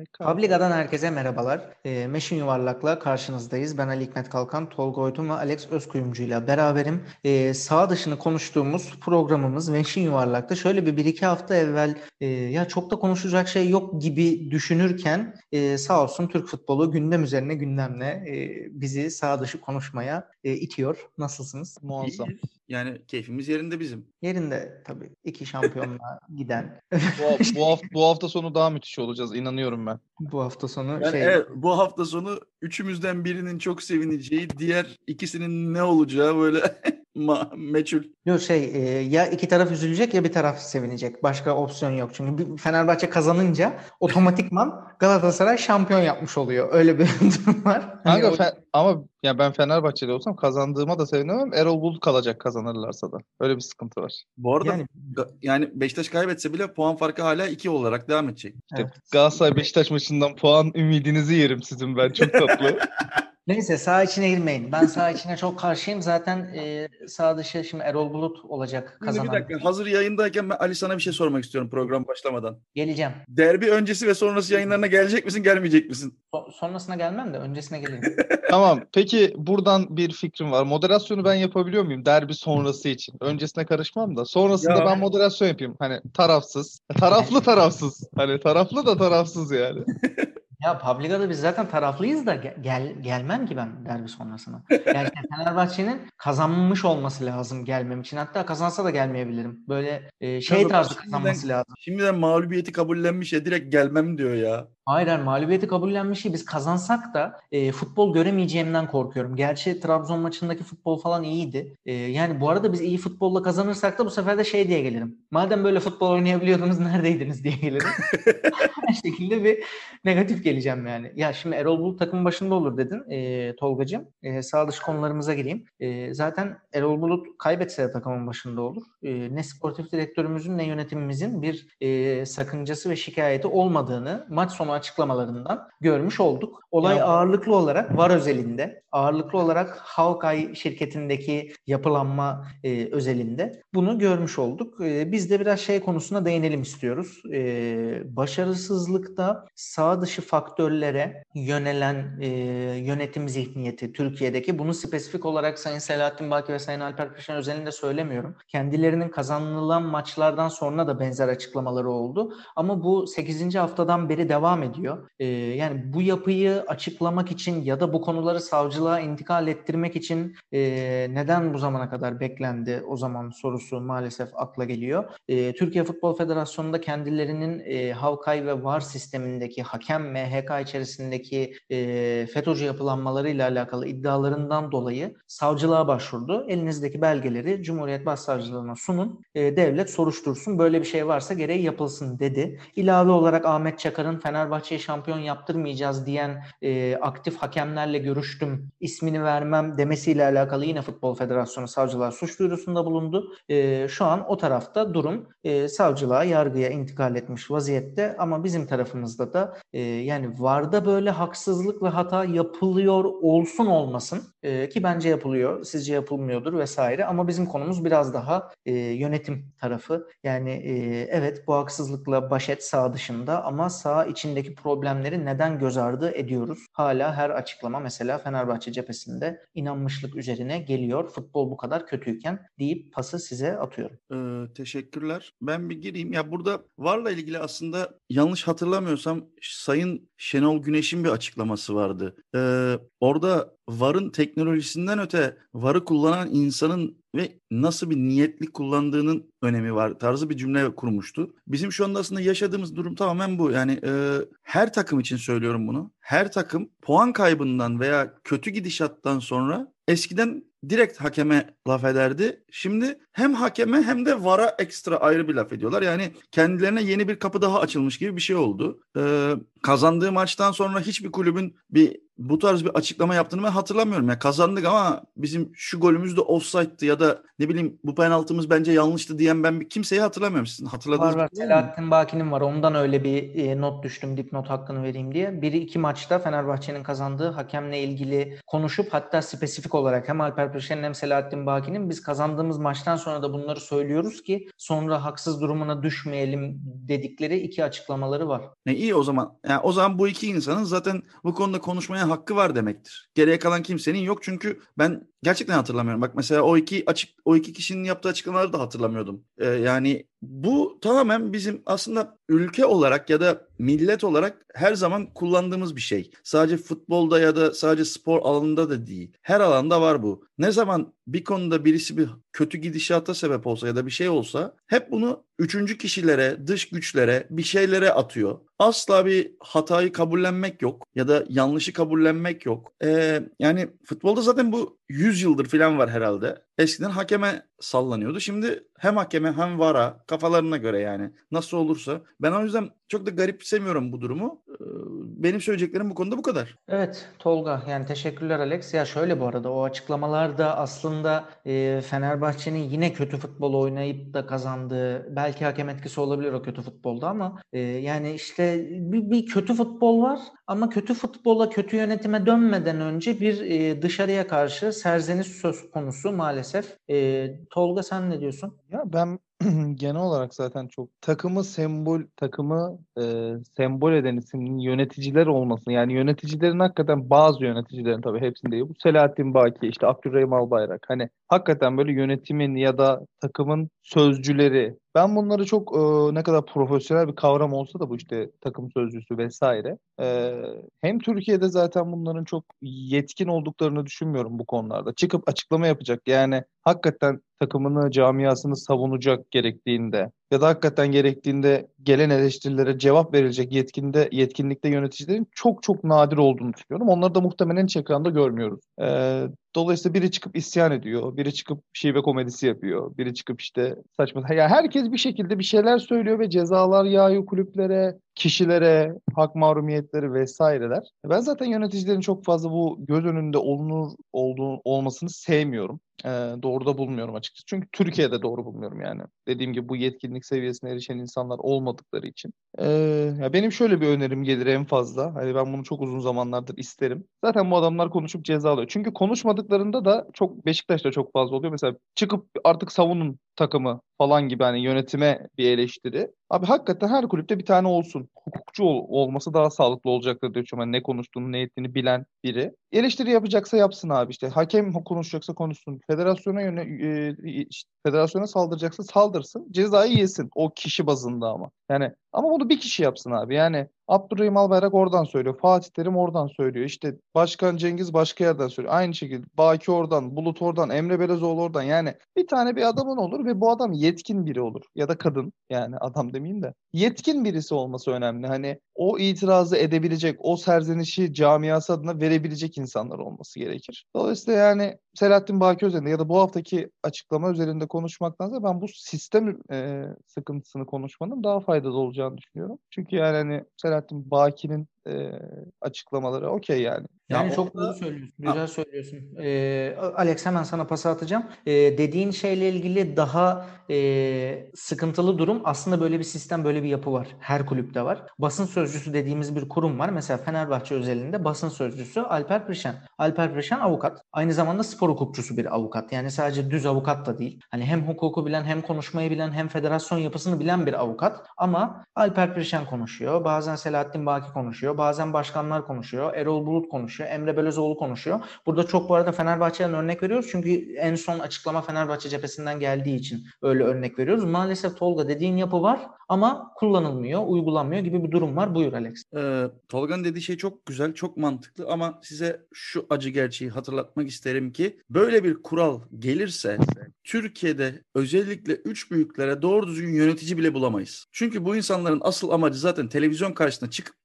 Publica'dan herkese merhabalar. Meşin Yuvarlak'la karşınızdayız. Ben Ali Hikmet Kalkan, Tolga Oytun ve Alex Özkuyumcu ile beraberim. Sağ dışını konuştuğumuz programımız Meşin Yuvarlak'ta şöyle bir iki hafta evvel ya çok da konuşacak şey yok gibi düşünürken sağ olsun Türk futbolu gündem üzerine gündemle bizi sağ dışı konuşmaya itiyor. Nasılsınız? Muazzam. İyiyiz. Yani keyfimiz yerinde bizim. Yerinde tabii. 2 şampiyonla giden. Bu hafta sonu daha müthiş olacağız, inanıyorum ben. Bu hafta sonu Yani evet, bu hafta sonu üçümüzden birinin çok sevineceği, diğer ikisinin ne olacağı böyle meçhul. Yok ya iki taraf üzülecek ya bir taraf sevinecek. Başka opsiyon yok. Çünkü Fenerbahçe kazanınca otomatikman Galatasaray şampiyon yapmış oluyor. Öyle bir durum var. Ama ya ben Fenerbahçeli olsam kazandığıma da sevinemem. Erol Bulut kalacak kazanırlarsa da. Öyle bir sıkıntı var. Bu arada yani Beşiktaş kaybetse bile puan farkı hala 2 olarak devam edecek. Evet. Galatasaray Beşiktaş maçından puan ümidinizi yerim sizin, ben çok tatlı. Neyse saha içine girmeyin. Ben saha içine çok karşıyım. Zaten sağ dışı şimdi Erol Bulut olacak kazanan. Şimdi bir dakika, hazır yayındayken ben Ali sana bir şey sormak istiyorum program başlamadan. Geleceğim. Derbi öncesi ve sonrası yayınlarına gelecek misin, gelmeyecek misin? Sonrasına gelmem de öncesine gelirim. Tamam. Peki buradan bir fikrim var. Moderasyonu ben yapabiliyor muyum derbi sonrası için? Öncesine karışmam da. Sonrasında ben moderasyon yapayım. Hani tarafsız. Tarafsız. Hani taraflı da tarafsız yani. Ya Publica'da biz zaten taraflıyız da gelmem ki ben derbi sonrasına. Yani Fenerbahçe'nin kazanmış olması lazım gelmem için. Hatta kazansa da gelmeyebilirim. Böyle tarzı kazanması lazım. Şimdiden mağlubiyeti kabullenmiş ya, direkt gelmem diyor ya. Hayır, mağlubiyeti kabullenmiş. Biz kazansak da futbol göremeyeceğimden korkuyorum. Gerçi Trabzon maçındaki futbol falan iyiydi. Yani bu arada biz iyi futbolla kazanırsak da bu sefer de diye gelirim. Madem böyle futbol oynayabiliyordunuz neredeydiniz diye gelirim. Her şekilde bir negatif geleceğim yani. Ya şimdi Erol Bulut takımın başında olur dedin Tolgacığım. Sağ dış konularımıza gireyim. Zaten Erol Bulut kaybetse de takımın başında olur. Ne sportif direktörümüzün ne yönetimimizin bir sakıncası ve şikayeti olmadığını maç sonu açıklamalarından görmüş olduk. Olay ağırlıklı olarak VAR özelinde, ağırlıklı olarak Hawkeye şirketindeki yapılanma özelinde bunu görmüş olduk. Biz de biraz konusuna değinelim istiyoruz. Başarısızlıkta sağ dışı faktörlere yönelen yönetim zihniyeti Türkiye'deki, bunu spesifik olarak Sayın Selahattin Baki ve Sayın Alper Kışan özelinde söylemiyorum. Kendilerinin kazanılan maçlardan sonra da benzer açıklamaları oldu. Ama bu 8. haftadan beri devam ediyor. Yani bu yapıyı açıklamak için ya da bu konuları savcılığa intikal ettirmek için neden bu zamana kadar beklendi o zaman sorusu maalesef akla geliyor. Türkiye Futbol Federasyonu'nda kendilerinin Hawkeye ve VAR sistemindeki hakem MHK içerisindeki FETÖ'cü yapılanmalarıyla alakalı iddialarından dolayı savcılığa başvurdu. Elinizdeki belgeleri Cumhuriyet Başsavcılığına sunun, devlet soruştursun, böyle bir şey varsa gereği yapılsın dedi. İlave olarak Ahmet Çakar'ın Fenerbahçe'yi şampiyon yaptırmayacağız diyen aktif hakemlerle görüştüm, ismini vermem demesiyle alakalı yine Futbol Federasyonu savcılığa suç duyurusunda bulundu. Şu an o tarafta durum savcılığa, yargıya intikal etmiş vaziyette ama bizim tarafımızda da yani VAR'da böyle haksızlık ve hata yapılıyor olsun olmasın ki bence yapılıyor, sizce yapılmıyordur vesaire ama bizim konumuz biraz daha yönetim tarafı. Yani evet, bu haksızlıkla baş et sağ dışında ama sağ içindeki problemleri neden göz ardı ediyoruz? Hala her açıklama mesela Fenerbahçe cephesinde inanmışlık üzerine geliyor. Futbol bu kadar kötüyken deyip pası size atıyorum. Teşekkürler. Ben bir gireyim. Ya burada VAR'la ilgili aslında yanlış hatırlamıyorsam Sayın Şenol Güneş'in bir açıklaması vardı. Orada VAR'ın teknolojisinden öte VAR'ı kullanan insanın ve nasıl bir niyetli kullandığının önemi var tarzı bir cümle kurmuştu. Bizim şu anda aslında yaşadığımız durum tamamen bu. Yani her takım için söylüyorum bunu. Her takım puan kaybından veya kötü gidişattan sonra eskiden direkt hakeme laf ederdi. Şimdi hem hakeme hem de VAR'a ekstra ayrı bir laf ediyorlar. Yani kendilerine yeni bir kapı daha açılmış gibi bir şey oldu. Kazandığı maçtan sonra hiçbir kulübün bir bu tarz bir açıklama yaptığını ben hatırlamıyorum. Ya kazandık ama bizim şu golümüz de offside'tı ya da ne bileyim bu penaltımız bence yanlıştı diyen ben kimseyi hatırlamıyorum. Sizin hatırladığınız Var. bir şey var mı? Selahattin Baki'nin var. Ondan öyle bir not düştüm, dipnot hakkını vereyim diye. Biri iki maçta Fenerbahçe'nin kazandığı hakemle ilgili konuşup hatta spesifik olarak hem Alper Pırşen'in hem Selahattin Baki'nin biz kazandığımız maçtan sonra da bunları söylüyoruz ki sonra haksız durumuna düşmeyelim dedikleri iki açıklamaları var. İyi o zaman. Yani o zaman bu iki insanın zaten bu konuda konuşmaya hakkı var demektir. Geriye kalan kimsenin yok çünkü ben gerçekten hatırlamıyorum. Bak mesela o iki kişinin yaptığı açıklamaları da hatırlamıyordum. Yani bu tamamen bizim aslında ülke olarak ya da millet olarak her zaman kullandığımız bir şey. Sadece futbolda ya da sadece spor alanında da değil. Her alanda var bu. Ne zaman bir konuda birisi bir kötü gidişata sebep olsa ya da bir şey olsa hep bunu üçüncü kişilere, dış güçlere, bir şeylere atıyor. Asla bir hatayı kabullenmek yok ya da yanlışı kabullenmek yok. Yani futbolda zaten bu 100 yıldır falan var herhalde. Eskiden hakeme sallanıyordu. Şimdi hem hakeme hem VAR'a kafalarına göre yani nasıl olursa. Ben o yüzden çok da garipsemiyorum bu durumu. Benim söyleyeceklerim bu konuda bu kadar. Evet Tolga, yani teşekkürler Alex. Ya şöyle, bu arada o açıklamalarda aslında Fenerbahçe'nin yine kötü futbol oynayıp da kazandığı, belki hakem etkisi olabilir o kötü futbolda ama yani işte bir kötü futbol var ama kötü futbola, kötü yönetime dönmeden önce bir dışarıya karşı serzeniş söz konusu maalesef. Tolga sen ne diyorsun? Ya ben genel olarak zaten çok takımı sembol eden isimlerin yöneticiler olması, yani yöneticilerin hakikaten, bazı yöneticilerin, tabii hepsinde değil, bu Selahattin Baki, işte Abdurrahim Albayrak, hani hakikaten böyle yönetimin ya da takımın sözcüleri, ben bunları çok ne kadar profesyonel bir kavram olsa da bu işte takım sözcüsü vesaire, hem Türkiye'de zaten bunların çok yetkin olduklarını düşünmüyorum bu konularda. Çıkıp açıklama yapacak, yani hakikaten takımını, camiasını savunacak gerektiğinde ya da hakikaten gerektiğinde gelen eleştirilere cevap verilecek yetkinlikte yöneticilerin çok çok nadir olduğunu düşünüyorum. Onları da muhtemelen hiç ekranda görmüyoruz. Dolayısıyla biri çıkıp isyan ediyor, biri çıkıp şive komedisi yapıyor, biri çıkıp işte saçma. Yani herkes bir şekilde bir şeyler söylüyor ve cezalar yağıyor kulüplere, kişilere, hak mahrumiyetleri vesaireler. Ben zaten yöneticilerin çok fazla bu göz önünde olmasını sevmiyorum. Doğru da bulmuyorum açıkçası. Çünkü Türkiye'de doğru bulmuyorum yani. Dediğim gibi bu yetkinlik seviyesine erişen insanlar olmadıkları için. Ya benim şöyle bir önerim gelir en fazla. Hani ben bunu çok uzun zamanlardır isterim. Zaten bu adamlar konuşup ceza alıyor. Çünkü konuşmadıklarında da çok, Beşiktaş'ta çok fazla oluyor. Mesela çıkıp artık savunun takımı falan gibi, hani yönetime bir eleştiri. Abi hakikaten her kulüpte bir tane olsun. Hukukçu olması daha sağlıklı olacaktır diye düşünüyorum. Yani ne konuştuğunu, ne ettiğini bilen biri. Eleştiri yapacaksa yapsın abi işte. Hakem konuşacaksa konuşsun. Federasyona saldıracaksa saldırsın. Cezayı yesin. O kişi bazında ama. Yani ama bunu bir kişi yapsın abi. Yani Abdurrahim Albayrak oradan söylüyor. Fatih Terim oradan söylüyor. İşte Başkan Cengiz başka yerden söylüyor. Aynı şekilde Baki oradan, Bulut oradan, Emre Belezoğlu oradan. Yani bir tane bir adamın olur ve bu adam yetkin biri olur. Ya da kadın, yani adam demeyeyim de. Yetkin birisi olması önemli. Hani o itirazı edebilecek, o serzenişi camiası adına verebilecek insanlar olması gerekir. Dolayısıyla yani Selahattin Baki üzerinde ya da bu haftaki açıklama üzerinde konuşmaktansa ben bu sistem sıkıntısını konuşmanın daha faydalı olacağını düşünüyorum. Çünkü yani hani Selahattin Baki'nin açıklamaları okey yani. Yani Ya çok doğru orada söylüyorsun, ha, güzel söylüyorsun. Alex, hemen sana pas atacağım. Dediğin şeyle ilgili daha sıkıntılı durum, aslında böyle bir sistem, böyle bir yapı var. Her kulüpte var. Basın sözcüsü dediğimiz bir kurum var. Mesela Fenerbahçe özelinde basın sözcüsü Alper Pırşen. Alper Pırşen avukat. Aynı zamanda spor hukukçusu bir avukat. Yani sadece düz avukat da değil. Hani hem hukuku bilen, hem konuşmayı bilen, hem federasyon yapısını bilen bir avukat. Ama Alper Pırşen konuşuyor. Bazen Selahattin Baki konuşuyor. Bazen başkanlar konuşuyor. Erol Bulut konuşuyor. Emre Belözoğlu konuşuyor. Burada çok, bu arada, Fenerbahçe'den örnek veriyoruz. Çünkü en son açıklama Fenerbahçe cephesinden geldiği için öyle örnek veriyoruz. Maalesef Tolga, dediğin yapı var ama kullanılmıyor, uygulanmıyor gibi bir durum var. Buyur Alex. Tolga'nın dediği şey çok güzel, çok mantıklı ama size şu acı gerçeği hatırlatmak isterim ki böyle bir kural gelirse Türkiye'de özellikle üç büyüklere doğru düzgün yönetici bile bulamayız. Çünkü bu insanların asıl amacı zaten televizyon karşısına çıkıp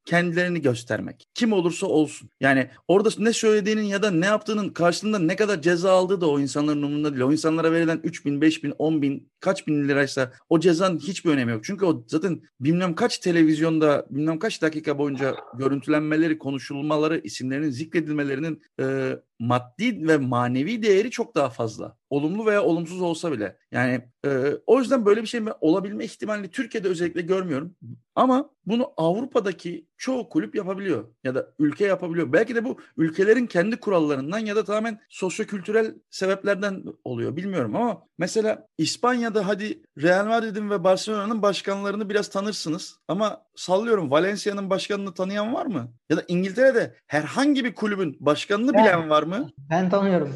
kendilerini göstermek. Kim olursa olsun. Yani orada ne söylediğinin ya da ne yaptığının karşılığında ne kadar ceza aldığı da o insanların umurunda değil. O insanlara verilen 3 bin, 5 bin, 10 bin, kaç bin liraysa o cezanın hiçbir önemi yok. Çünkü o zaten bilmem kaç televizyonda, bilmem kaç dakika boyunca görüntülenmeleri, konuşulmaları, isimlerinin zikredilmelerinin maddi ve manevi değeri çok daha fazla. Olumlu veya olumsuz olsa bile. Yani o yüzden böyle bir şey olabilme ihtimalini Türkiye'de özellikle görmüyorum. Ama bunu Avrupa'daki çoğu kulüp yapabiliyor. Ya da ülke yapabiliyor. Belki de bu ülkelerin kendi kurallarından ya da tamamen sosyokültürel sebeplerden oluyor. Bilmiyorum ama mesela İspanya'da hadi Real Madrid'in ve Barcelona'nın başkanlarını biraz tanırsınız. Ama sallıyorum, Valencia'nın başkanını tanıyan var mı? Ya da İngiltere'de herhangi bir kulübün başkanını bilen var mı? Ben tanıyorum.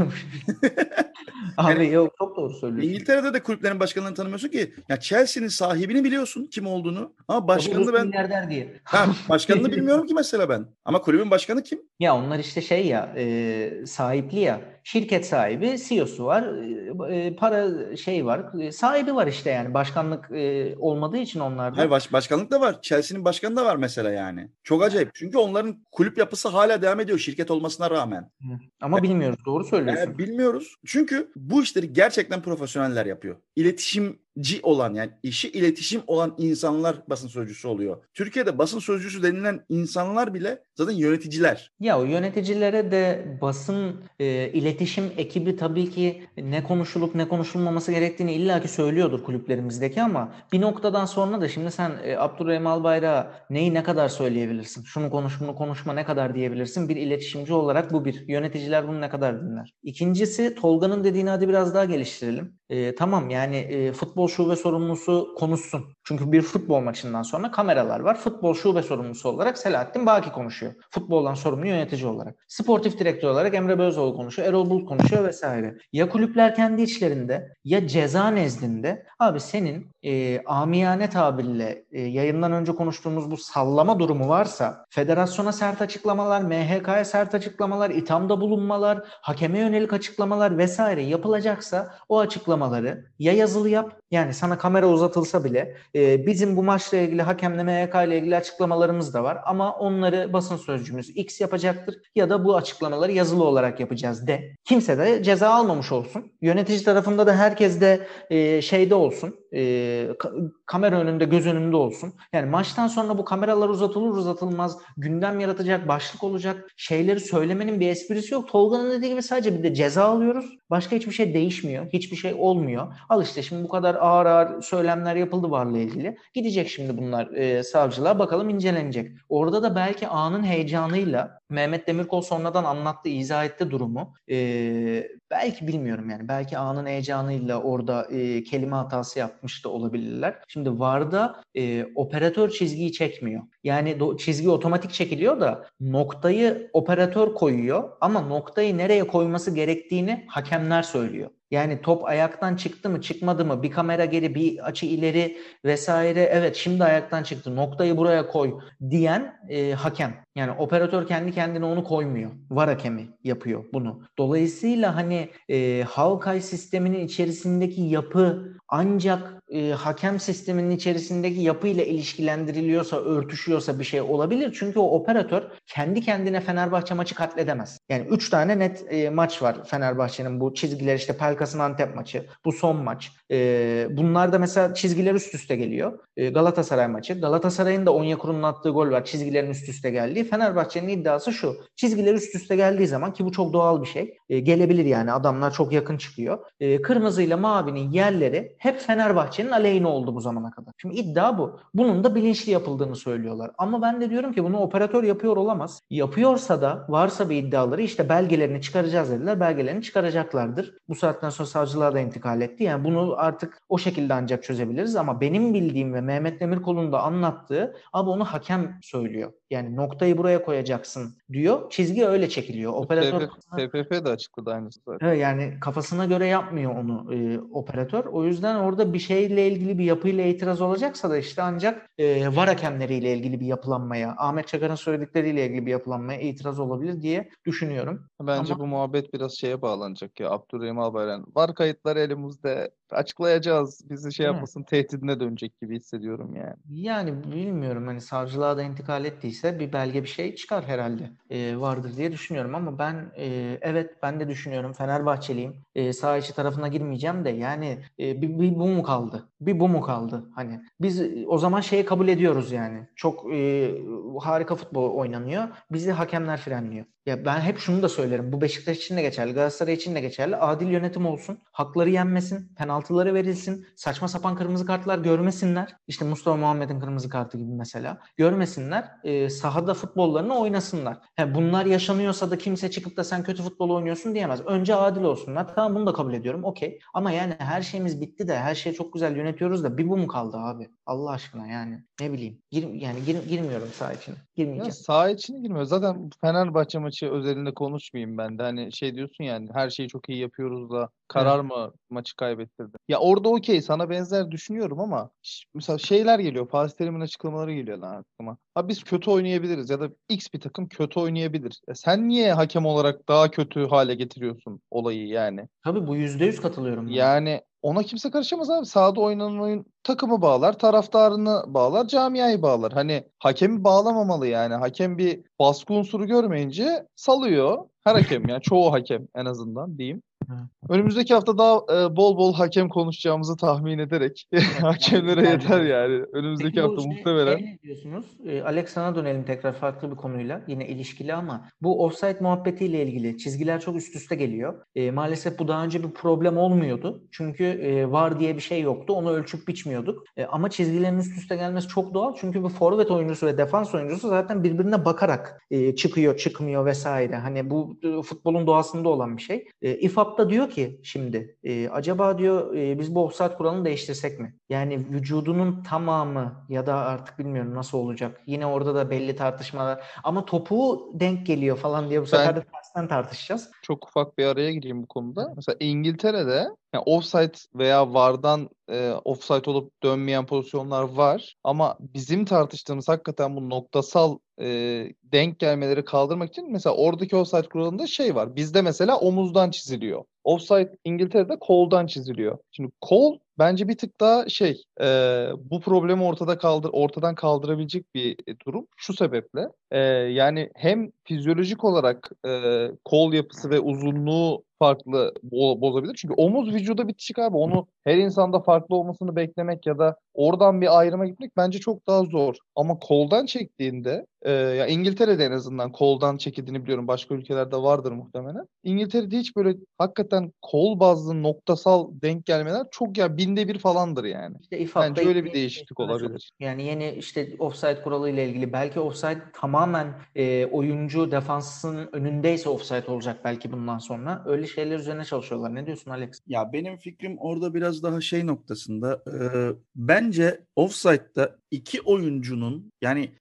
Abi Yani yok, çok doğru söylüyorsun. İngiltere'de de kulüplerin başkanlarını tanımıyorsun ki. Ya Chelsea'nin sahibini biliyorsun kim olduğunu ama O da başkanını Rus ben milyarder diye. başkanını bilmiyorum ki mesela ben. Ama kulübün başkanı kim? Ya onlar işte şey ya, sahipli ya, şirket sahibi, CEO'su var, para şey var, sahibi var işte, yani başkanlık olmadığı için Hayır, onlarda. başkanlık da var. Chelsea'nin başkanı da var mesela yani. Çok acayip. Çünkü onların kulüp yapısı hala devam ediyor şirket olmasına rağmen. Ama bilmiyoruz, doğru söylüyorsun. Bilmiyoruz. Çünkü bu işleri gerçekten profesyoneller yapıyor. İletişimci olan, yani işi iletişim olan insanlar basın sözcüsü oluyor. Türkiye'de basın sözcüsü denilen insanlar bile zaten yöneticiler. Ya o yöneticilere de basın iletişim ekibi tabii ki ne konuşulup ne konuşulmaması gerektiğini illaki söylüyordur kulüplerimizdeki, ama bir noktadan sonra da şimdi sen Abdurrahim Albayrak'a neyi ne kadar söyleyebilirsin? Şunu konuş, bunu konuşma ne kadar diyebilirsin? Bir iletişimci olarak bu bir. Yöneticiler bunu ne kadar dinler? İkincisi, Tolga'nın dediğini hadi biraz daha geliştirelim. Tamam yani futbol şube sorumlusu konuşsun. Çünkü bir futbol maçından sonra kameralar var. Futbol şube sorumlusu olarak Selahattin Baki konuşuyor. Futboldan sorumlu yönetici olarak. Sportif direktör olarak Emre Belözoğlu konuşuyor. Erol Bulut konuşuyor vesaire. Ya kulüpler kendi içlerinde ya ceza nezdinde abi senin amiyane tabirle yayından önce konuştuğumuz bu sallama durumu varsa, federasyona sert açıklamalar, MHK'ya sert açıklamalar, ithamda bulunmalar, hakeme yönelik açıklamalar vesaire yapılacaksa o açıklamaları ya yazılı yap, yani sana kamera uzatılsa bile bizim bu maçla ilgili hakemle MHK ile ilgili açıklamalarımız da var ama onları basın sözcümüz X yapacaktır ya da bu açıklamaları yazılı olarak yapacağız de. Kimse de ceza almamış olsun. Yönetici tarafında da herkes de şeyde olsun. Kamera önünde, göz önünde olsun. Yani maçtan sonra bu kameralar uzatılır uzatılmaz gündem yaratacak, başlık olacak şeyleri söylemenin bir esprisi yok. Tolga'nın dediği gibi sadece bir de ceza alıyoruz. Başka hiçbir şey değişmiyor. Hiçbir şey olmuyor. Al işte şimdi bu kadar ağır ağır söylemler yapıldı varla ilgili. Gidecek şimdi bunlar savcılığa, bakalım incelenecek. Orada da belki anın heyecanıyla Mehmet Demirkol sonradan anlattı, izah etti durumu. Belki bilmiyorum yani. Belki anın heyecanıyla orada kelime hatası yapmış da olabilirler. Şimdi VAR'da operatör çizgiyi çekmiyor. Yani çizgi otomatik çekiliyor da noktayı operatör koyuyor ama noktayı nereye koyması gerektiğini hakemler söylüyor. Yani top ayaktan çıktı mı çıkmadı mı, bir kamera geri bir açı ileri vesaire, evet şimdi ayaktan çıktı noktayı buraya koy diyen hakem. Yani operatör kendi kendine onu koymuyor. VAR hakemi yapıyor bunu. Dolayısıyla hani Hawkeye sisteminin içerisindeki yapı ancak hakem sisteminin içerisindeki yapıyla ilişkilendiriliyorsa, örtüşüyorsa bir şey olabilir. Çünkü o operatör kendi kendine Fenerbahçe maçı katledemez. Yani 3 tane net maç var Fenerbahçe'nin, bu çizgiler işte Pelkas'ın Antep maçı, bu son maç. Bunlarda mesela çizgiler üst üste geliyor. Galatasaray maçı. Galatasaray'ın da Onyekuru'nun attığı gol var. Çizgilerin üst üste geldiği. Fenerbahçe'nin iddiası şu: çizgiler üst üste geldiği zaman, ki bu çok doğal bir şey, gelebilir yani, adamlar çok yakın çıkıyor. Kırmızıyla mavinin yerleri hep Fenerbahçe'nin aleyhine oldu bu zamana kadar. Şimdi iddia bu. Bunun da bilinçli yapıldığını söylüyorlar. Ama ben de diyorum ki bunu operatör yapıyor olamaz. Yapıyorsa da, varsa bir iddiaları, işte belgelerini çıkaracağız dediler. Belgelerini çıkaracaklardır. Bu saatten sonra savcılığa da intikal etti. Yani bunu artık o şekilde ancak çözebiliriz ama benim bildiğim ve Mehmet Demirkol'un da anlattığı, abi onu hakem söylüyor. Yani noktayı buraya koyacaksın diyor. Çizgi öyle çekiliyor. Operatör TFF de açıkladı aynısı zaten. evet, yani kafasına göre yapmıyor onu operatör. O yüzden orada bir şeyle ilgili, bir yapıyla itiraz olacaksa da işte ancak VAR hakemleriyle ilgili bir yapılanmaya, Ahmet Çakar'ın söyledikleriyle ilgili bir yapılanmaya itiraz olabilir diye düşünüyorum. düşünüyorum. Bence Ama bu muhabbet biraz şeye bağlanacak ya. Abdurrahim Albayrak. Var kayıtları elimizde. Açıklayacağız. Bizi şey değil mi? yapmasın, tehdidine dönecek gibi hissediyorum yani. Yani bilmiyorum, hani savcılığa da intikal ettiyse bir belge bir şey çıkar herhalde. Vardır diye düşünüyorum ama ben evet, ben de düşünüyorum, Fenerbahçeliyim. Saha içi tarafına girmeyeceğim de yani bir bu mu kaldı? Bir bu mu kaldı? Hani biz o zaman şeyi kabul ediyoruz yani. Çok harika futbol oynanıyor. Bizi hakemler frenliyor. Ya ben hep şunu da söylerim. Bu Beşiktaş için de geçerli, Galatasaray için de geçerli. Adil yönetim olsun. Hakları yenmesin. Penaltıları verilsin. Saçma sapan kırmızı kartlar görmesinler. İşte Mustafa Muhammed'in kırmızı kartı gibi mesela. Görmesinler. Sahada futbollarını oynasınlar. Bunlar yaşanıyorsa da kimse çıkıp da sen kötü futbol oynuyorsun diyemez. Önce adil olsunlar. Tamam, bunu da kabul ediyorum. Okey. Ama yani her şeyimiz bitti de, her şeyi çok güzel yönetiyoruz da bir bu mu kaldı abi? Allah aşkına yani. Ne bileyim. Girmiyorum saha içine. Ya Girmeyeceğim. saha içine girmiyor. Zaten Fenerbahçe maçı özelinde konuşmayayım ben de. Hani şey diyorsun yani, her şeyi çok iyi yapıyoruz da Evet. karar mı maçı kaybettirdi? Ya orada okey, sana benzer düşünüyorum ama mesela şeyler geliyor. Fatih Terim'in açıklamaları geliyor lan aklıma. Ha biz kötü oynayabiliriz ya da X bir takım kötü oynayabilir. Sen niye hakem olarak daha kötü hale getiriyorsun olayı yani? Tabii, bu %100 katılıyorum buna. Yani ona kimse karışamaz abi. Sahada oynanan oyun takımı bağlar, taraftarını bağlar, camiayı bağlar. Hani hakemi bağlamamalı yani. Hakem bir baskı unsuru görmeyince salıyor. Her hakem, yani çoğu hakem en azından diyeyim. Evet. Önümüzdeki hafta daha bol bol hakem konuşacağımızı tahmin ederek hakemlere Güzel bir yeter konu. yani. Önümüzdeki Peki bu hafta muhtemelen. ne diyorsunuz? Alex, sana dönelim tekrar farklı bir konuyla. Yine ilişkili ama bu offside muhabbetiyle ilgili çizgiler çok üst üste geliyor. Maalesef bu daha önce bir problem olmuyordu. Çünkü VAR diye bir şey yoktu. Onu ölçüp biçmiyorduk. Ama çizgilerin üst üste gelmesi çok doğal. Çünkü bu forvet oyuncusu ve defans oyuncusu zaten birbirine bakarak çıkıyor, çıkmıyor vesaire. Hani bu futbolun doğasında olan bir şey. İFAB da diyor ki şimdi acaba diyor biz bu offside kuralını değiştirsek mi? Yani vücudunun tamamı ya da artık bilmiyorum nasıl olacak. Yine orada da belli tartışmalar. Ama topu denk geliyor falan diye bu sefer Ben de tersten tartışacağız. çok ufak bir araya gireyim bu konuda. Mesela İngiltere'de yani offside veya VAR'dan offside olup dönmeyen pozisyonlar var. Ama bizim tartıştığımız hakikaten bu noktasal denk gelmeleri kaldırmak için mesela oradaki offside kuralında şey var. Bizde mesela omuzdan çiziliyor. Offside İngiltere'de koldan çiziliyor. Şimdi kol bence bir tık daha bu problemi ortadan kaldırabilecek bir durum. Şu sebeple yani hem fizyolojik olarak kol yapısı ve uzunluğu farklı bozabilir. Çünkü omuz vücuda bitişik abi. Onu her insanda farklı olmasını beklemek ya da oradan bir ayrıma gitmek bence çok daha zor. Ama koldan çektiğinde ya İngiltere'de en azından koldan çekildiğini biliyorum. Başka ülkelerde vardır muhtemelen. İngiltere'de hiç böyle hakikaten kol bazlı noktasal denk gelmeler çok, ya binde bir falandır yani. İşte İFAB'da Bence öyle bir yeni değişiklik olabilir. yani yeni işte offside kuralı ile ilgili belki offside tamamen oyuncu defansın önündeyse offside olacak belki bundan sonra. Öyle şeyler üzerine çalışıyorlar. Ne diyorsun Alex? Ya benim fikrim orada biraz daha şey noktasında. Bence offside'da iki oyuncunun yani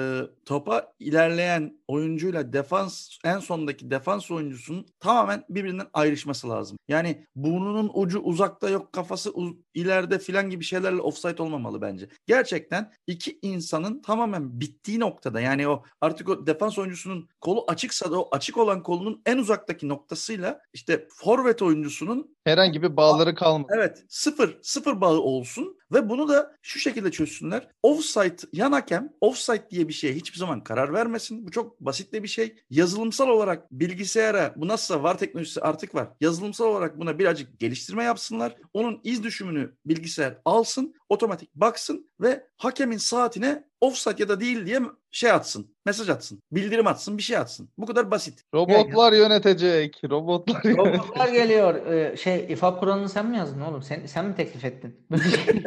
topa ilerleyen oyuncuyla en sondaki defans oyuncusunun tamamen birbirinden ayrışması lazım. Yani burnunun ucu uzakta, yok kafası ileride filan gibi şeylerle offside olmamalı bence. Gerçekten iki insanın tamamen bittiği noktada, yani o artık o defans oyuncusunun kolu açıksa da o açık olan kolunun en uzaktaki noktasıyla işte forvet oyuncusunun Herhangi bir bağları kalmadı. evet, sıfır bağı olsun ve bunu da şu şekilde çözsünler. Offside, yan hakem offside diye bir şeye hiçbir zaman karar vermesin. Bu çok basit de bir şey. Yazılımsal olarak bilgisayara, bu nasılsa VAR teknolojisi artık var. Yazılımsal olarak buna birazcık geliştirme yapsınlar. Onun iz düşümünü bilgisayar alsın, otomatik baksın ve hakemin saatine offside ya da değil diye mesaj atsın, bildirim atsın, bir şey atsın. Bu kadar basit. Robotlar yönetecek. Robotlar Robotlar yönetecek. geliyor. İFAB kuralını sen mi yazdın oğlum? Sen mi teklif ettin? Böyle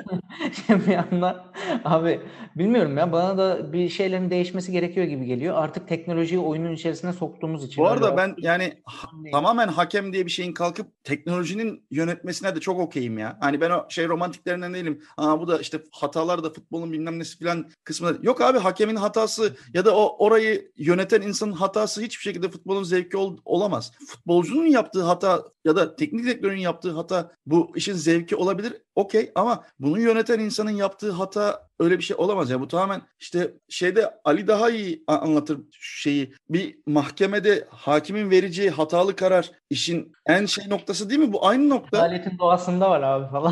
şey bir anda abi, bilmiyorum ya, bana da bir şeylerin değişmesi gerekiyor gibi geliyor. Artık teknolojiyi oyunun içerisine soktuğumuz için Bu öyle arada ben yani değil. tamamen hakem diye bir şeyin kalkıp teknolojinin yönetmesine de çok okeyim ya. Hani ben o romantiklerinden değilim. Bu da işte hatalar da futbolun bilmem nesi filan kısmında. Yok abi, hakemin hatası ya da orayı yöneten insanın hatası hiçbir şekilde futbolun zevki olamaz. Futbolcunun yaptığı hata ya da teknik direktörün yaptığı hata bu işin zevki olabilir. Okey, ama bunu yöneten insanın yaptığı hata öyle bir şey olamaz. Yani bu tamamen işte şeyde Ali daha iyi anlatır şeyi. Bir mahkemede hakimin vereceği hatalı karar işin en şey noktası değil mi? Bu aynı nokta. Adaletin doğasında var abi falan.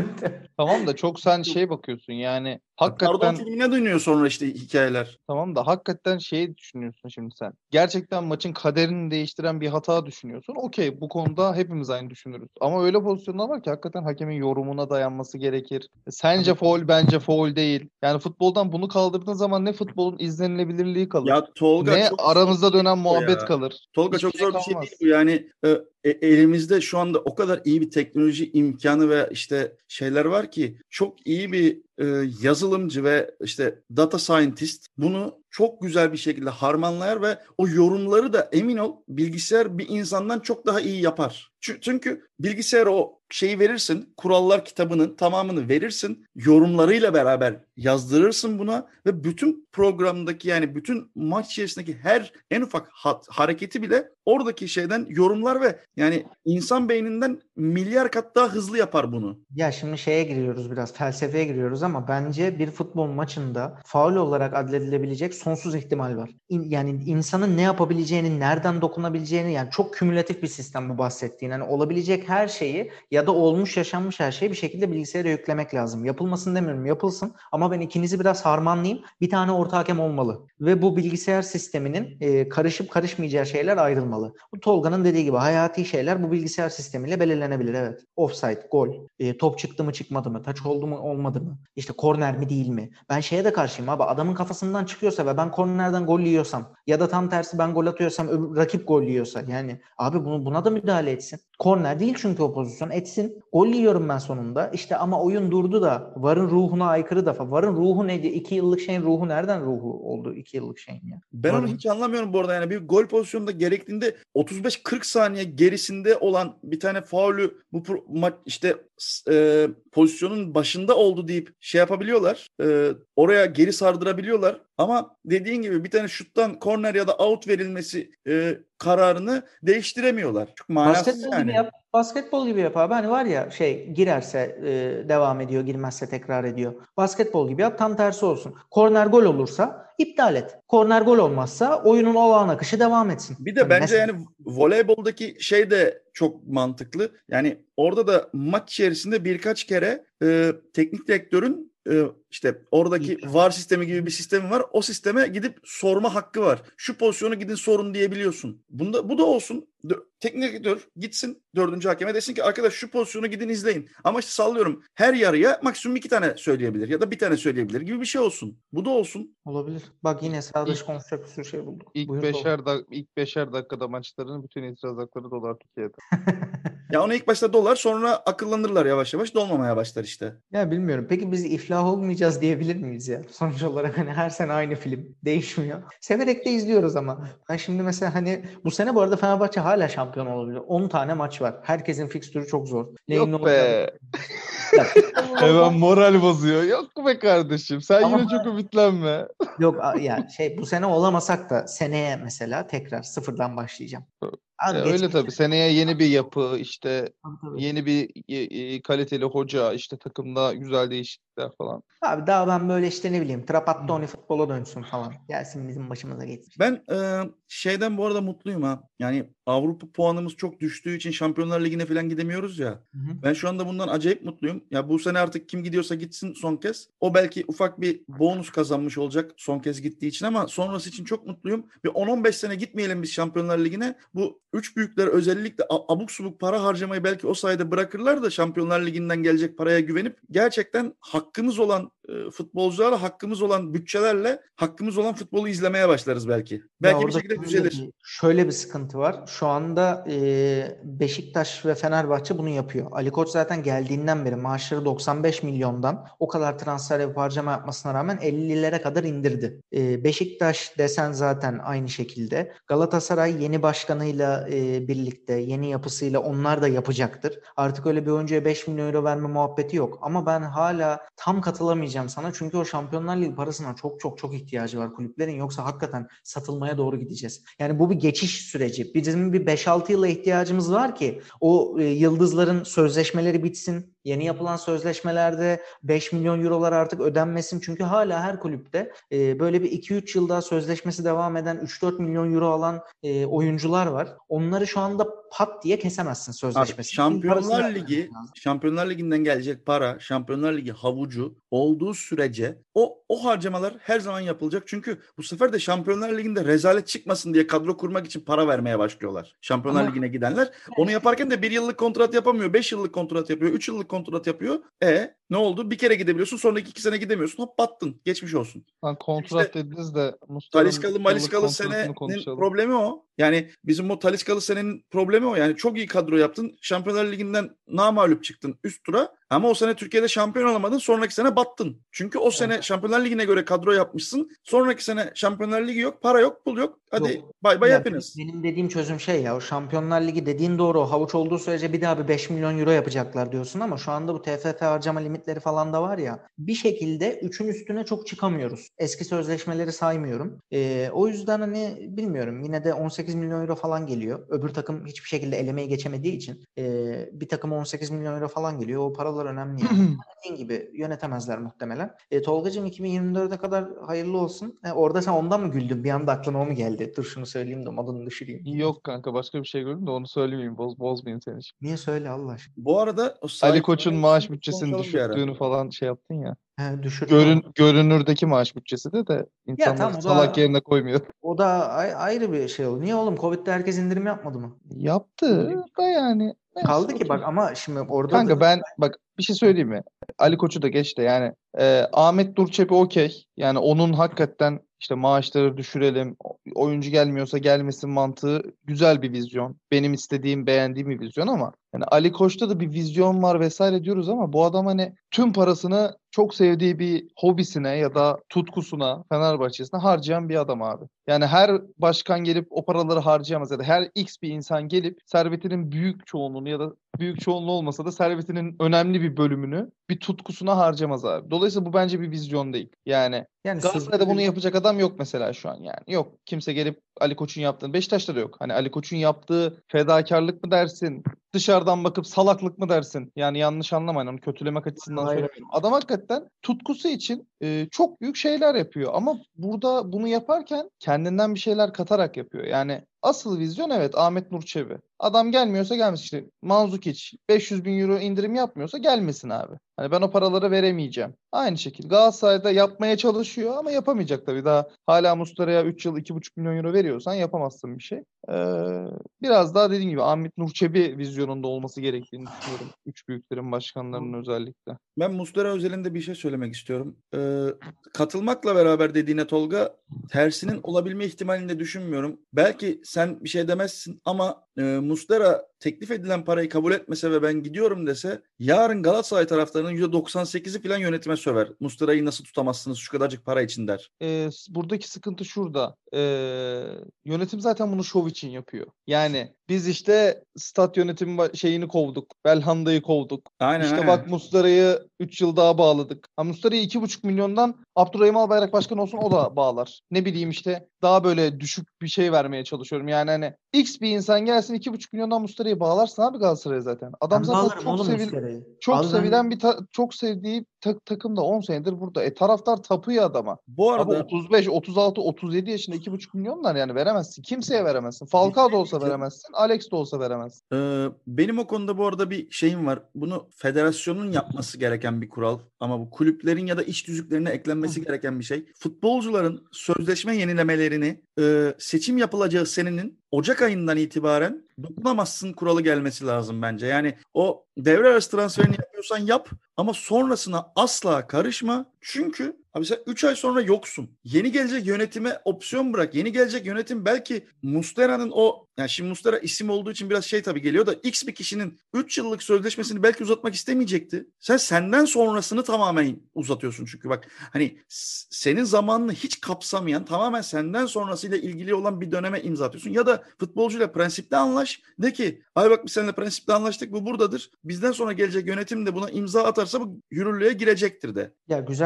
Tamam da çok sen bakıyorsun yani Pardon hakikaten filmine dönüyor sonra işte hikayeler. tamam da hakikaten düşünüyorsun şimdi sen. Gerçekten maçın kaderini değiştiren bir hata düşünüyorsun. Okey, bu konuda hepimiz aynı düşünürüz. Ama öyle pozisyonlar var ki hakikaten hakemin yorumuna dayanması gerekir. Sence faul, bence faul değil. Yani futboldan bunu kaldırdığın zaman ne futbolun izlenilebilirliği kalır, Ya Tolga ne çok zor aramızda bir şey dönen bu muhabbet ya. kalır. Tolga Hiçbir çok şey zor bir şey değil kalmaz. bu. Yani elimizde şu anda o kadar iyi bir teknoloji imkanı ve işte şeyler var ki çok iyi bir yazılımcı ve işte data scientist bunu çok güzel bir şekilde harmanlar ve o yorumları da emin ol bilgisayar bir insandan çok daha iyi yapar. Çünkü bilgisayara o şeyi verirsin, kurallar kitabının tamamını verirsin, yorumlarıyla beraber yazdırırsın buna ve bütün programdaki yani bütün maç içerisindeki her en ufak hareketi bile oradaki şeyden yorumlar ve yani insan beyninden milyar kat daha hızlı yapar bunu. Ya şimdi şeye giriyoruz, biraz felsefeye giriyoruz ama bence bir futbol maçında faul olarak adledilebilecek sonsuz ihtimal var. Yani insanın ne yapabileceğini, nereden dokunabileceğini, yani çok kümülatif bir sistem bu bahsettiğin. Yani olabilecek her şeyi ya da olmuş yaşanmış her şeyi bir şekilde bilgisayara yüklemek lazım. Yapılmasın demiyorum, yapılsın, ama ben ikinizi biraz harmanlayayım. Bir tane orta hakem olmalı ve bu bilgisayar sisteminin karışıp karışmayacağı şeyler ayrılmalı. Bu Tolga'nın dediği gibi hayati şeyler bu bilgisayar sistemiyle belirlenebilir. Evet. Offside, gol, top çıktı mı çıkmadı mı, taç oldu mu olmadı mı, işte korner mi değil mi? Ben şeye de karşıyım abi, adamın kafasından çıkıyorsa ve ben kornerden gol yiyorsam ya da tam tersi ben gol atıyorsam rakip gol yiyorsa, yani abi buna da müdahale etsin. Korner değil çünkü o pozisyon, etsin. Gol yiyorum ben sonunda işte, ama oyun durdu da VAR'ın ruhuna aykırı da. VAR'ın ruhu neydi? 2 yıllık şeyin ruhu nereden ruhu oldu 2 yıllık şeyin ya? Ben onu VAR'ın. hiç anlamıyorum bu arada. Yani bir gol pozisyonunda gerektiğinde 35-40 saniye gerisinde olan bir tane faulü bu maç işte pozisyonun başında oldu deyip şey yapabiliyorlar. Oraya geri sardırabiliyorlar. Ama dediğin gibi bir tane şuttan korner ya da out verilmesi kararını değiştiremiyorlar. Çok manasız Basketbol gibi yani. yap. Basketbol gibi yap abi. Hani var ya girerse devam ediyor, girmezse tekrar ediyor. Basketbol gibi yap, tam tersi olsun. Korner gol olursa iptal et. Korner gol olmazsa oyunun olağan akışı devam etsin. Bir de Hani bence mesela yani voleyboldaki şey de çok mantıklı. Yani orada da maç içerisinde birkaç kere teknik direktörün işte oradaki VAR sistemi gibi bir sistemi var. O sisteme gidip sorma hakkı var. Şu pozisyonu gidin sorun diyebiliyorsun. Bu da olsun. Teknik direktör gitsin 4. hakeme desin ki arkadaş şu pozisyonu gidin izleyin. Ama işte sallıyorum her yarıya maksimum 2 tane söyleyebilir ya da 1 tane söyleyebilir gibi bir şey olsun. Bu da olsun. olabilir. Bak yine sağ dışı İlk, konuşacak bir sürü şey bulduk. ilk Buyur Tolga. beşer dakikada maçlarının bütün itiraz hakları dolar Türkiye'de. Ya onu ilk başta dolar sonra akıllanırlar yavaş yavaş dolmamaya başlar işte. Ya bilmiyorum. Peki biz iflah olmayacağız diyebilir miyiz ya? Sonuç olarak hani her sene aynı film değişmiyor. Severek de izliyoruz ama. Ben şimdi mesela hani bu sene bu arada Fenerbahçe hala şampiyon olabilir. 10 tane maç var. Herkesin fikstürü çok zor. Neyin ne Yok olacağını. be. Ya futbol Hemen olmaz. moral bozuyor. Yok be kardeşim. Sen Ama yine çok ümitlenme. yok ya bu sene olamasak da seneye mesela tekrar sıfırdan başlayacağım. Abi Öyle geçmiş tabii. Seneye yeni bir yapı, işte tabii. yeni bir kaliteli hoca, işte takımda güzel değişiklikler falan. Abi daha ben böyle işte ne bileyim Trapattoni futbola dönsün falan. Gelsin bizim başımıza geçsin. Ben şeyden bu arada mutluyum ha. Yani Avrupa puanımız çok düştüğü için Şampiyonlar Ligi'ne falan gidemiyoruz ya. Hı hı. Ben şu anda bundan acayip mutluyum. Ya bu sene artık kim gidiyorsa gitsin son kez. O belki ufak bir bonus kazanmış olacak son kez gittiği için ama sonrası için çok mutluyum. Bir 10-15 sene gitmeyelim biz Şampiyonlar Ligi'ne. Bu üç büyükler özellikle abuk subuk para harcamayı belki o sayede bırakırlar da Şampiyonlar Ligi'nden gelecek paraya güvenip gerçekten hakkımız olan futbolcularla, hakkımız olan bütçelerle, hakkımız olan futbolu izlemeye başlarız belki. Ya Belki bir orada şekilde düzelir. şöyle bir sıkıntı var. Şu anda Beşiktaş ve Fenerbahçe bunu yapıyor. Ali Koç zaten geldiğinden beri maaşları 95 milyondan o kadar transfer yapıp harcama yapmasına rağmen 50'lere kadar indirdi. Beşiktaş desen zaten aynı şekilde. Galatasaray yeni başkanıyla birlikte, yeni yapısıyla onlar da yapacaktır. Artık öyle bir oyuncuya 5 milyon euro verme muhabbeti yok. Ama ben hala tam katılamayacağım diyeceğim sana. Çünkü o Şampiyonlar Ligi parasına çok çok çok ihtiyacı var kulüplerin. Yoksa hakikaten satılmaya doğru gideceğiz. Yani bu bir geçiş süreci. Bizim bir 5-6 yıla ihtiyacımız var ki o yıldızların sözleşmeleri bitsin. Yeni yapılan sözleşmelerde 5 milyon eurolar artık ödenmesin. Çünkü hala her kulüpte böyle bir 2-3 yıl daha sözleşmesi devam eden 3-4 milyon euro alan oyuncular var. Onları şu anda pat diye kesemezsin Abi, sözleşmesini. Şampiyonlar Ligi'nden gelecek para, Şampiyonlar Ligi havucu olduğu sürece o harcamalar her zaman yapılacak. Çünkü bu sefer de Şampiyonlar Ligi'nde rezalet çıkmasın diye kadro kurmak için para vermeye başlıyorlar. Şampiyonlar Ligi'ne gidenler. Onu yaparken de 1 yıllık kontrat yapamıyor. 5 yıllık kontrat yapıyor. 3 yıllık kontrat yapıyor. Ne oldu? Bir kere gidebiliyorsun. Sonraki 2 sene gidemiyorsun. Hop battın. Geçmiş olsun. Lan kontrat İşte dediniz de Muslera'nın Taliscalı yıllık senenin kontratını konuşalım. problemi o. Yani bizim o Taliscalı senenin problemi o. Yani çok iyi kadro yaptın. Şampiyonlar Ligi'nden namağlup çıktın üst tura. Ama o sene Türkiye'de şampiyon olamadın. Sonraki sene battın. Çünkü o sene Şampiyonlar Ligi'ne göre kadro yapmışsın. Sonraki sene Şampiyonlar Ligi yok. Para yok, pul yok. Hadi bay bay hepiniz. Benim dediğim çözüm o Şampiyonlar Ligi dediğin doğru. O havuç olduğu sürece bir daha bir 5 milyon euro yapacaklar diyorsun ama şu anda bu TFF harcama limitleri falan da var ya. Bir şekilde 3'ün üstüne çok çıkamıyoruz. Eski sözleşmeleri saymıyorum. O yüzden hani bilmiyorum. Yine de 18 milyon euro falan geliyor. Öbür takım hiçbir şekilde elemeyi geçemediği için bir takım 18 milyon euro falan geliyor. O paralar önemli yani. Dediğin gibi yönetemezler muhtemelen. Tolgacığım 2024'e kadar hayırlı olsun. Orada sen ondan mı güldün? Bir anda aklına o mu geldi? Dur şunu söyleyeyim de modunu düşüreyim. Yok kanka, başka bir şey gördüm de onu söylemeyeyim. Bozmayayım seni. Niye söyle Allah aşkına? Bu arada o Ali Koç'un maaş bütçesini konuşalım bir ara. düşürttüğünü falan şey yaptın ya. Düşürdüm. Görünürdeki maaş bütçesi de insanları tamam, o da- salak yerine koymuyor. O da ayrı bir şey oldu. Niye oğlum? Covid'de herkes indirim yapmadı mı? Yaptı da yani. Neyse, Kaldı ki okey. bak ama şimdi orada Kanka ben bak bir şey söyleyeyim mi? Ali Koç'u da geç de yani Ahmet Durçebi okey. Yani onun hakikaten işte maaşları düşürelim, oyuncu gelmiyorsa gelmesin mantığı güzel bir vizyon. Benim istediğim, beğendiğim bir vizyon ama yani Ali Koç'ta da bir vizyon var vesaire diyoruz ama bu adam hani tüm parasını çok sevdiği bir hobisine ya da tutkusuna, Fenerbahçe'sine harcayan bir adam abi. Yani her başkan gelip o paraları harcayamaz ya da her X bir insan gelip servetinin büyük çoğunluğunu ya da büyük çoğunluğu olmasa da servetinin önemli bir bölümünü bir tutkusuna harcamaz abi. Dolayısıyla bu bence bir vizyon değil. Yani Galatasaray'da bunu yapacak adam yok mesela şu an yani. Yok. Kimse gelip Ali Koç'un yaptığını. Beşiktaş'ta da yok. Hani Ali Koç'un yaptığı fedakarlık mı dersin? Dışarıdan bakıp salaklık mı dersin? Yani yanlış anlamayın. Onu kötülemek açısından söylemiyorum. Adam hakikaten tutkusu için çok büyük şeyler yapıyor. Ama burada bunu yaparken kendinden bir şeyler katarak yapıyor. Yani asıl vizyon evet Ahmet Nur Çebi. Adam gelmiyorsa gelmesin. İşte Mandzukic 500 bin euro indirim yapmıyorsa gelmesin abi. Hani ben o paraları veremeyeceğim. Aynı şekilde Galatasaray'da yapmaya çalışıyor ama yapamayacak tabii. Daha hala Muslera'ya 3 yıl 2,5 milyon euro veriyorsan yapamazsın bir şey. Biraz daha dediğim gibi Ahmet Nur Çebi vizyonunda olması gerektiğini düşünüyorum. Üç büyüklerin başkanlarının özellikle. Ben Muslera özelinde bir şey söylemek istiyorum. Katılmakla beraber dediğine Tolga, tersinin olabilme ihtimalini de düşünmüyorum. Belki sen bir şey demezsin ama Muslera teklif edilen parayı kabul etmese ve ben gidiyorum dese yarın Galatasaray taraftarının %98'i falan yönetime söver. Muslera'yı nasıl tutamazsınız şu kadarcık para için der. Buradaki sıkıntı şurada. Yönetim zaten bunu şov için yapıyor. Yani biz işte stat yönetimi şeyini kovduk. Belhanda'yı kovduk. Aynen. Bak Muslera'yı 3 yıl daha bağladık. Muslera'yı 2,5 milyondan Abdurrahim Albayrak başkan olsun o da bağlar. Ne bileyim işte daha böyle düşük bir şey vermeye çalışıyorum. Yani hani X bir insan gelsin 2,5 milyondan Muslera'yı bağlarsın abi Galatasaray'a zaten. Adam zaten çok sevdiği takım da 10 senedir burada. Taraftar tapıyor adama. Bu arada abi 35, 36, 37 yaşında 2,5 milyonlar yani veremezsin. Kimseye veremezsin. Falcao da olsa veremezsin. Alex de olsa veremezsin. Benim o konuda bu arada bir şeyim var. Bunu federasyonun yapması gereken bir kural. Ama bu kulüplerin ya da iç tüzüklerine eklenmesi gereken bir şey. Futbolcuların sözleşme yenilemelerini seçim yapılacağı senenin Ocak ayından itibaren dokunamazsın kuralı gelmesi lazım bence. Yani o devre arası transferini yapıyorsan yap ama sonrasına asla karışma. Çünkü abi sen 3 ay sonra yoksun. Yeni gelecek yönetime opsiyon bırak. Yeni gelecek yönetim belki Muslera'nın yani şimdi Muslera isim olduğu için biraz tabii geliyor da X bir kişinin 3 yıllık sözleşmesini belki uzatmak istemeyecekti. Senden sonrasını tamamen uzatıyorsun çünkü bak hani senin zamanını hiç kapsamayan tamamen senden sonrasıyla ilgili olan bir döneme imza atıyorsun. Ya da futbolcuyla prensipte anlaş. De ki ay bak biz seninle prensipte anlaştık bu buradadır. Bizden sonra gelecek yönetim de buna imza atarsa bu yürürlüğe girecektir de. Ya güzel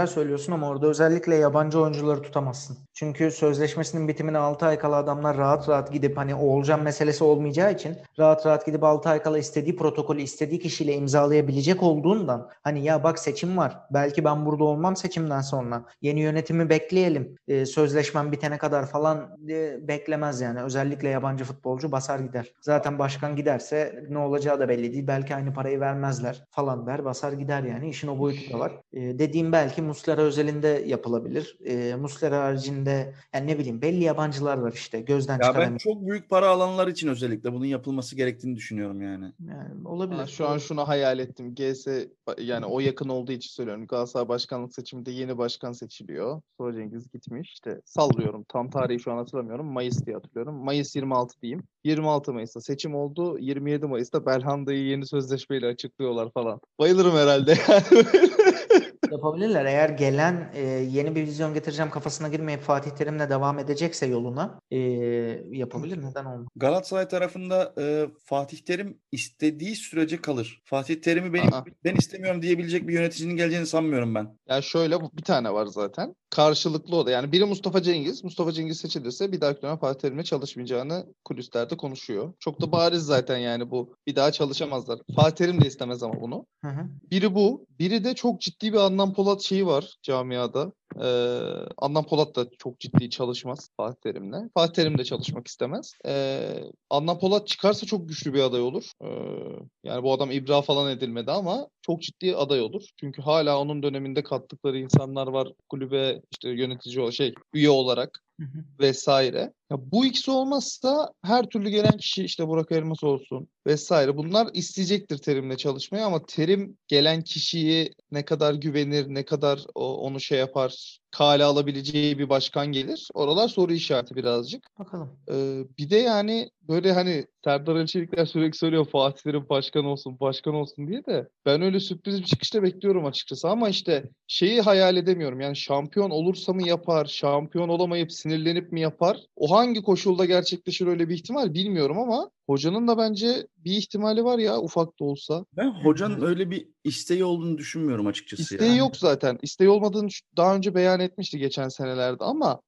güzel söylüyorsun ama orada özellikle yabancı oyuncuları tutamazsın. Çünkü sözleşmesinin bitimine 6 ay kala adamlar rahat rahat gidip hani Oğulcan meselesi olmayacağı için rahat rahat gidip 6 ay kala istediği protokolü istediği kişiyle imzalayabilecek olduğundan hani ya bak seçim var. Belki ben burada olmam seçimden sonra. Yeni yönetimi bekleyelim. Sözleşmem bitene kadar falan beklemez yani. Özellikle yabancı futbolcu basar gider. Zaten başkan giderse ne olacağı da belli değil. Belki aynı parayı vermezler falan der. Basar gider yani. İşin o boyutu da var. Dediğim belki Muslera özelinde yapılabilir. Muslera haricinde yani ne bileyim belli yabancılar var işte. Gözden Ya ben çıkaramıyorum. çok büyük para alanlar için özellikle bunun yapılması gerektiğini düşünüyorum yani. Yani olabilir. Şu an şunu hayal ettim. GS yani o yakın olduğu için söylüyorum. Galatasaray başkanlık seçiminde yeni başkan seçiliyor. Sonra Cengiz gitmiş. İşte sallıyorum. Tam tarihi şu an hatırlamıyorum. Mayıs diye hatırlıyorum. Mayıs 26 diyeyim. 26 Mayıs'ta seçim oldu. 27 Mayıs'ta Belhanda'yı yeni sözleşmeyle açıklıyorlar falan. Bayılırım herhalde yani. Yapabilirler. Eğer gelen yeni bir vizyon getireceğim kafasına girmeyip Fatih Terim'le devam edecekse yoluna yapabilir. Neden olmaz? Galatasaray tarafında Fatih Terim istediği sürece kalır. Fatih Terim'i Aa. ben istemiyorum diyebilecek bir yöneticinin geleceğini sanmıyorum ben. Yani şöyle bir tane var zaten. Karşılıklı o da. Yani biri Mustafa Cengiz. Mustafa Cengiz seçilirse bir dahaki dönem Fatih Terim'le çalışmayacağını kulislerde konuşuyor. Çok da bariz zaten yani bu. Bir daha çalışamazlar. Fatih Terim de istemez ama bunu. Hı hı. Biri bu. Biri de çok ciddi bir Adnan Polat şeyi var camiada. Adnan Polat da çok ciddi çalışmaz Fatih Terim'le. Fatih Terim de çalışmak istemez. Adnan Polat çıkarsa çok güçlü bir aday olur. Yani bu adam ibra falan edilmedi ama çok ciddi aday olur. Çünkü hala onun döneminde kattıkları insanlar var kulübe işte üye olarak vesaire. Ya bu ikisi olmazsa her türlü gelen kişi işte Burak Elmas olsun vesaire bunlar isteyecektir Terim'le çalışmayı ama Terim gelen kişiyi ne kadar güvenir, ne kadar onu yapar, kale alabileceği bir başkan gelir. Oralar soru işareti birazcık. Bakalım. Bir de yani böyle hani Serdar Ali Çelikler sürekli söylüyor Fatih Terim başkan olsun diye de ben öyle sürpriz bir çıkışta bekliyorum açıkçası ama işte şeyi hayal edemiyorum. Yani şampiyon olursa mı yapar, şampiyon olamayıp sinirlenip mi yapar? O hangi koşulda gerçekleşir öyle bir ihtimal bilmiyorum ama hocanın da bence bir ihtimali var ya ufak da olsa. Ben hocanın öyle bir isteği olduğunu düşünmüyorum açıkçası İsteği ya. yok zaten. İsteği olmadığını daha önce beyan etmişti geçen senelerde ama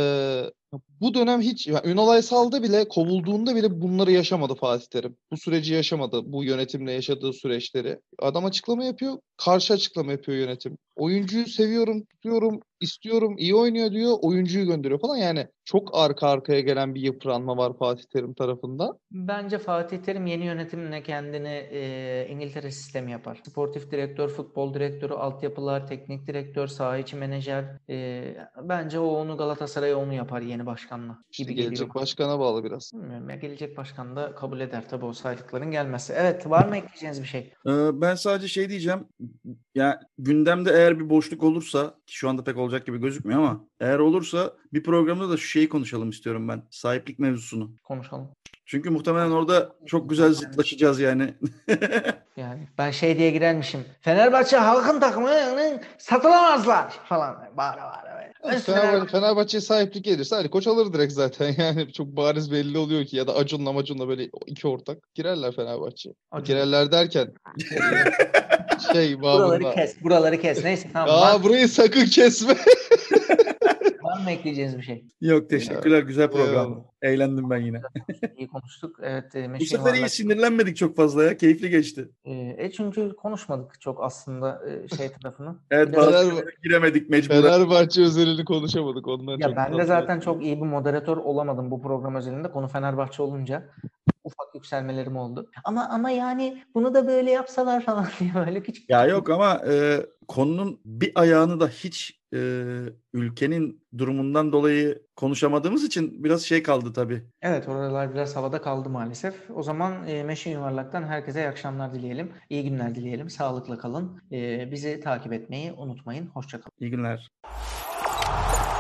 bu dönem hiç yani Ünal Aysal'da bile kovulduğunda bile bunları yaşamadı Fatih Terim. Bu süreci yaşamadı. Bu yönetimle yaşadığı süreçleri. Adam açıklama yapıyor. Karşı açıklama yapıyor yönetim. Oyuncuyu seviyorum, tutuyorum, istiyorum, iyi oynuyor diyor. Oyuncuyu gönderiyor falan. Yani çok arka arkaya gelen bir yıpranma var Fatih Terim tarafında. Bence Fatih Terim yeni yönetimle kendini İngiltere sistemi yapar. Sportif direktör, futbol direktörü, altyapılar, teknik direktör, saha içi menajer. Bence onu Galatasaray'a onu yapar yeni başkanla İşte gibi gelecek geliyor. başkana bağlı biraz. Bilmiyorum ya gelecek başkan da kabul eder tabii o saydıkların gelmesi. Evet var mı ekleyeceğiniz bir şey? Ben sadece diyeceğim. Ya gündemde eğer bir boşluk olursa ki şu anda pek olacak gibi gözükmüyor ama eğer olursa bir programda da şu şeyi konuşalım istiyorum ben. Sahiplik mevzusunu. Konuşalım. Çünkü muhtemelen orada çok güzel zıtlaşacağız yani. Yani ben diye girermişim. Fenerbahçe halkın takımı satılamazlar falan. Bağıra. Fenerbahçe'ye sahiplik gelirse Ali Koç alır direkt zaten. Yani çok bariz belli oluyor ki ya da Acun'la böyle iki ortak girerler Fenerbahçe'ye. Girerler derken babında. Buraları kes. Neyse tamam. Burayı sakın kesme. Var mı ekleyeceğiniz bir şey? Yok teşekkürler. Güzel program. Eyvallah. Eğlendim ben yine. İyi konuştuk. Evet. Bu sefer iyi sinirlenmedik çok fazla ya. Keyifli geçti. Çünkü konuşmadık çok aslında tarafını. Evet bazı giremedik mecburen. Fenerbahçe özelini konuşamadık. Ondan Ya çok ben de zaten çok iyi bir moderatör olamadım bu program özelinde. Konu Fenerbahçe olunca ufak yükselmelerim oldu. Ama yani bunu da böyle yapsalar falan diye böyle küçük. Ya yok ama konunun bir ayağını da hiç ülkenin durumundan dolayı konuşamadığımız için biraz kaldı tabii. Evet oralar biraz havada kaldı maalesef. O zaman Meşe Yuvarlak'tan herkese iyi akşamlar dileyelim. İyi günler dileyelim. Sağlıkla kalın. Bizi takip etmeyi unutmayın. Hoşça kalın. İyi günler.